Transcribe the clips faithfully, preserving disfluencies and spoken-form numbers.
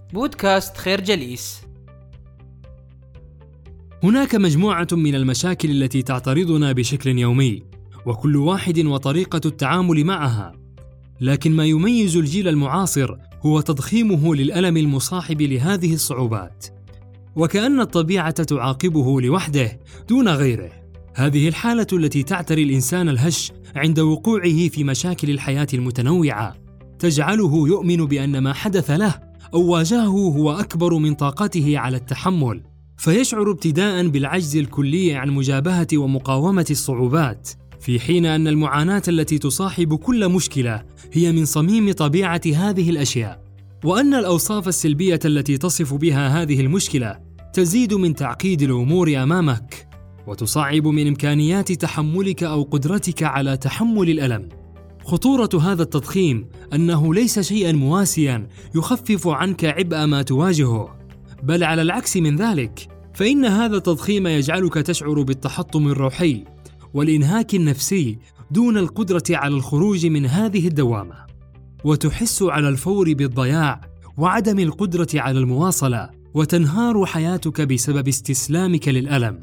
بودكاست خير جليس. هناك مجموعة من المشاكل التي تعترضنا بشكل يومي، وكل واحد وطريقة التعامل معها. لكن ما يميز الجيل المعاصر هو تضخيمه للألم المصاحب لهذه الصعوبات، وكأن الطبيعة تعاقبه لوحده دون غيره. هذه الحالة التي تعتري الإنسان الهش عند وقوعه في مشاكل الحياة المتنوعة تجعله يؤمن بأن ما حدث له أو واجهه هو أكبر من طاقته على التحمل، فيشعر ابتداء بالعجز الكلي عن مجابهة ومقاومة الصعوبات، في حين أن المعاناة التي تصاحب كل مشكلة هي من صميم طبيعة هذه الأشياء، وأن الأوصاف السلبية التي تصف بها هذه المشكلة تزيد من تعقيد الأمور أمامك، وتصعب من إمكانيات تحملك أو قدرتك على تحمل الألم. خطورة هذا التضخيم أنه ليس شيئا مواسيا يخفف عنك عبء ما تواجهه، بل على العكس من ذلك، فإن هذا التضخيم يجعلك تشعر بالتحطم الروحي والإنهاك النفسي دون القدرة على الخروج من هذه الدوامة، وتحس على الفور بالضياع وعدم القدرة على المواصلة، وتنهار حياتك بسبب استسلامك للألم.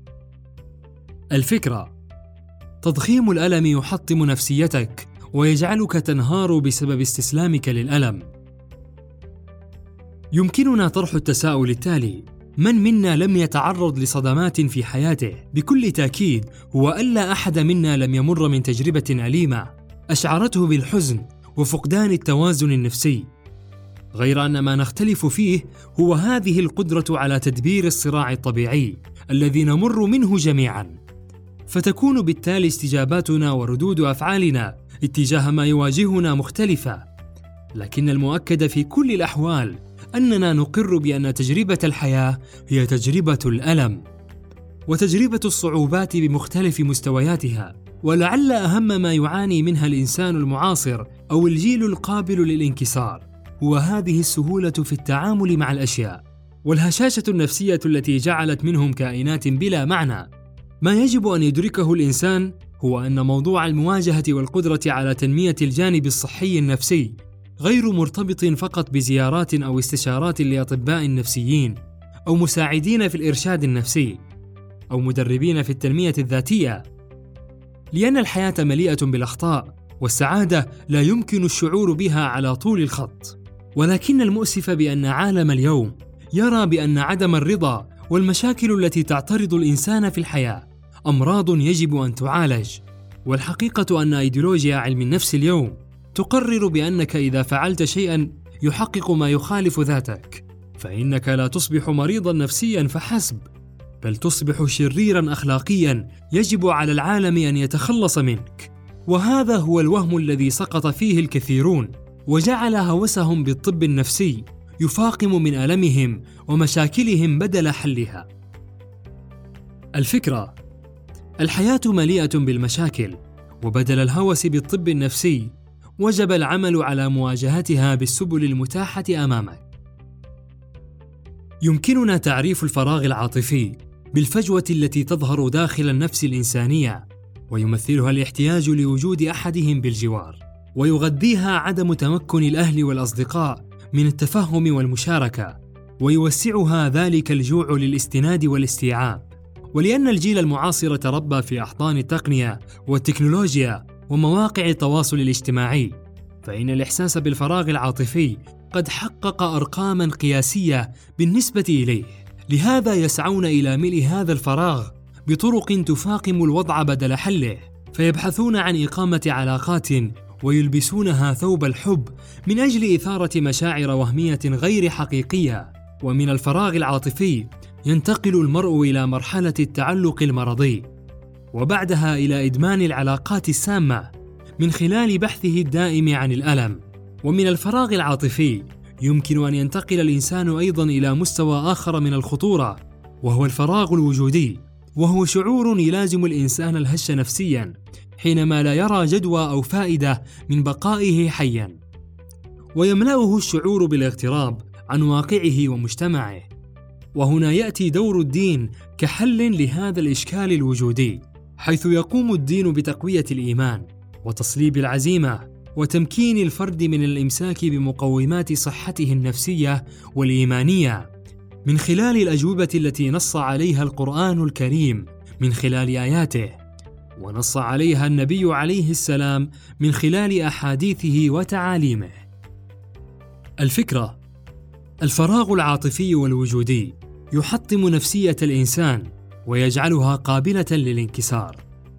الفكرة: تضخيم الألم يحطم نفسيتك ويجعلك تنهار بسبب استسلامك للألم. يمكننا طرح التساؤل التالي: من منا لم يتعرض لصدمات في حياته؟ بكل تأكيد هو ألا أحد منا لم يمر من تجربة أليمة أشعرته بالحزن وفقدان التوازن النفسي، غير أن ما نختلف فيه هو هذه القدرة على تدبير الصراع الطبيعي الذي نمر منه جميعاً، فتكون بالتالي استجاباتنا وردود أفعالنا اتجاه ما يواجهنا مختلفة. لكن المؤكد في كل الأحوال أننا نقر بأن تجربة الحياة هي تجربة الألم، وتجربة الصعوبات بمختلف مستوياتها. ولعل أهم ما يعاني منها الإنسان المعاصر أو الجيل القابل للانكسار هو هذه السهولة في التعامل مع الأشياء، والهشاشة النفسية التي جعلت منهم كائنات بلا معنى. ما يجب أن يدركه الإنسان هو أن موضوع المواجهة والقدرة على تنمية الجانب الصحي النفسي غير مرتبط فقط بزيارات أو استشارات لأطباء نفسيين أو مساعدين في الإرشاد النفسي أو مدربين في التنمية الذاتية، لأن الحياة مليئة بالأخطاء، والسعادة لا يمكن الشعور بها على طول الخط. ولكن المؤسف بأن عالم اليوم يرى بأن عدم الرضا والمشاكل التي تعترض الإنسان في الحياة أمراض يجب أن تعالج. والحقيقة أن أيديولوجيا علم النفس اليوم تقرر بأنك إذا فعلت شيئا يحقق ما يخالف ذاتك فإنك لا تصبح مريضا نفسيا فحسب، بل تصبح شريرا أخلاقيا يجب على العالم أن يتخلص منك. وهذا هو الوهم الذي سقط فيه الكثيرون، وجعل هوسهم بالطب النفسي يفاقم من ألمهم ومشاكلهم بدل حلها. الفكرة: الحياة مليئة بالمشاكل، وبدل الهوس بالطب النفسي وجب العمل على مواجهتها بالسبل المتاحة أمامك. يمكننا تعريف الفراغ العاطفي بالفجوة التي تظهر داخل النفس الإنسانية، ويمثلها الاحتياج لوجود أحدهم بالجوار، ويغذيها عدم تمكن الأهل والأصدقاء من التفهم والمشاركة، ويوسعها ذلك الجوع للاستناد والاستيعاب. ولأن الجيل المعاصر تربى في أحضان التقنية والتكنولوجيا ومواقع التواصل الاجتماعي، فإن الإحساس بالفراغ العاطفي قد حقق أرقاماً قياسية بالنسبة إليه. لهذا يسعون إلى ملء هذا الفراغ بطرق تفاقم الوضع بدل حله، فيبحثون عن إقامة علاقات ويلبسونها ثوب الحب من أجل إثارة مشاعر وهمية غير حقيقية. ومن الفراغ العاطفي ينتقل المرء إلى مرحلة التعلق المرضي، وبعدها إلى إدمان العلاقات السامة من خلال بحثه الدائم عن الألم. ومن الفراغ العاطفي يمكن أن ينتقل الإنسان أيضاً إلى مستوى آخر من الخطورة، وهو الفراغ الوجودي، وهو شعور يلازم الإنسان الهش نفسياً حينما لا يرى جدوى أو فائدة من بقائه حياً، ويملأه الشعور بالاغتراب عن واقعه ومجتمعه. وهنا يأتي دور الدين كحل لهذا الإشكال الوجودي، حيث يقوم الدين بتقوية الإيمان وتصليب العزيمة وتمكين الفرد من الإمساك بمقومات صحته النفسية والإيمانية من خلال الأجوبة التي نص عليها القرآن الكريم من خلال آياته، ونص عليها النبي عليه السلام من خلال أحاديثه وتعاليمه. الفكرة: الفراغ العاطفي والوجودي يحطم نفسية الإنسان ويجعلها قابلة للانكسار.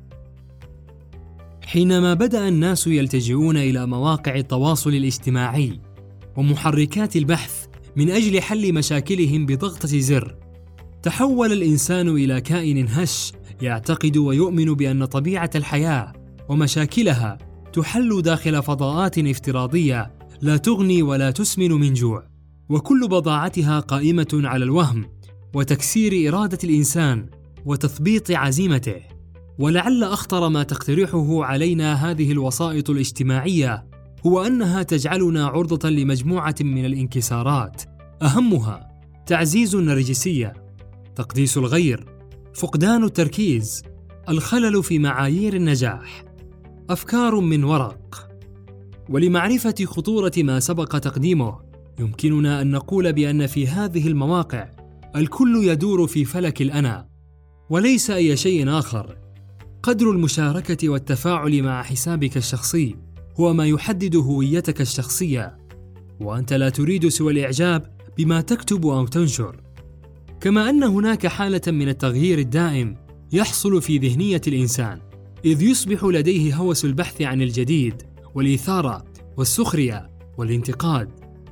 حينما بدأ الناس يلتجئون إلى مواقع التواصل الاجتماعي ومحركات البحث من أجل حل مشاكلهم بضغطة زر، تحول الإنسان إلى كائن هش يعتقد ويؤمن بأن طبيعة الحياة ومشاكلها تحل داخل فضاءات افتراضية لا تغني ولا تسمن من جوع، وكل بضاعتها قائمة على الوهم وتكسير إرادة الإنسان وتثبيط عزيمته. ولعل أخطر ما تقترحه علينا هذه الوسائط الاجتماعية هو أنها تجعلنا عرضة لمجموعة من الانكسارات، أهمها تعزيز النرجسية، تقديس الغير، فقدان التركيز، الخلل في معايير النجاح، أفكار من ورق. ولمعرفة خطورة ما سبق تقديمه، يمكننا أن نقول بأن في هذه المواقع الكل يدور في فلك الأنا وليس أي شيء آخر. قدر المشاركة والتفاعل مع حسابك الشخصي هو ما يحدد هويتك الشخصية، وأنت لا تريد سوى الإعجاب بما تكتب أو تنشر. كما أن هناك حالة من التغيير الدائم يحصل في ذهنية الإنسان، إذ يصبح لديه هوس البحث عن الجديد والإثارة والسخرية والانتقاد.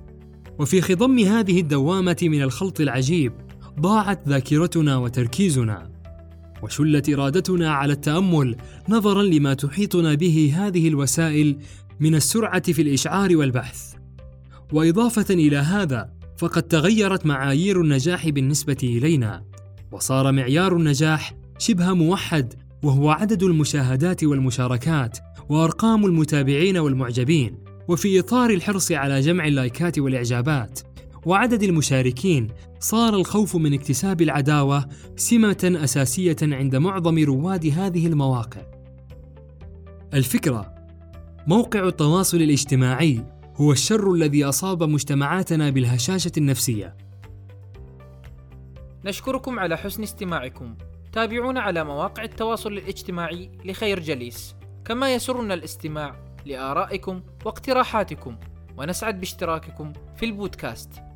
وفي خضم هذه الدوامة من الخلط العجيب ضاعت ذاكرتنا وتركيزنا، وشلت إرادتنا على التأمل نظراً لما تحيطنا به هذه الوسائل من السرعة في الإشعار والبحث. وإضافة إلى هذا، فقد تغيرت معايير النجاح بالنسبة إلينا، وصار معيار النجاح شبه موحد، وهو عدد المشاهدات والمشاركات وأرقام المتابعين والمعجبين. وفي إطار الحرص على جمع اللايكات والإعجابات وعدد المشاركين، صار الخوف من اكتساب العداوة سمة أساسية عند معظم رواد هذه المواقع. الفكرة: موقع التواصل الاجتماعي هو الشر الذي أصاب مجتمعاتنا بالهشاشة النفسية. نشكركم على حسن استماعكم. تابعونا على مواقع التواصل الاجتماعي لخير جليس، كما يسرنا الاستماع لآرائكم واقتراحاتكم، ونسعد باشتراككم في البودكاست.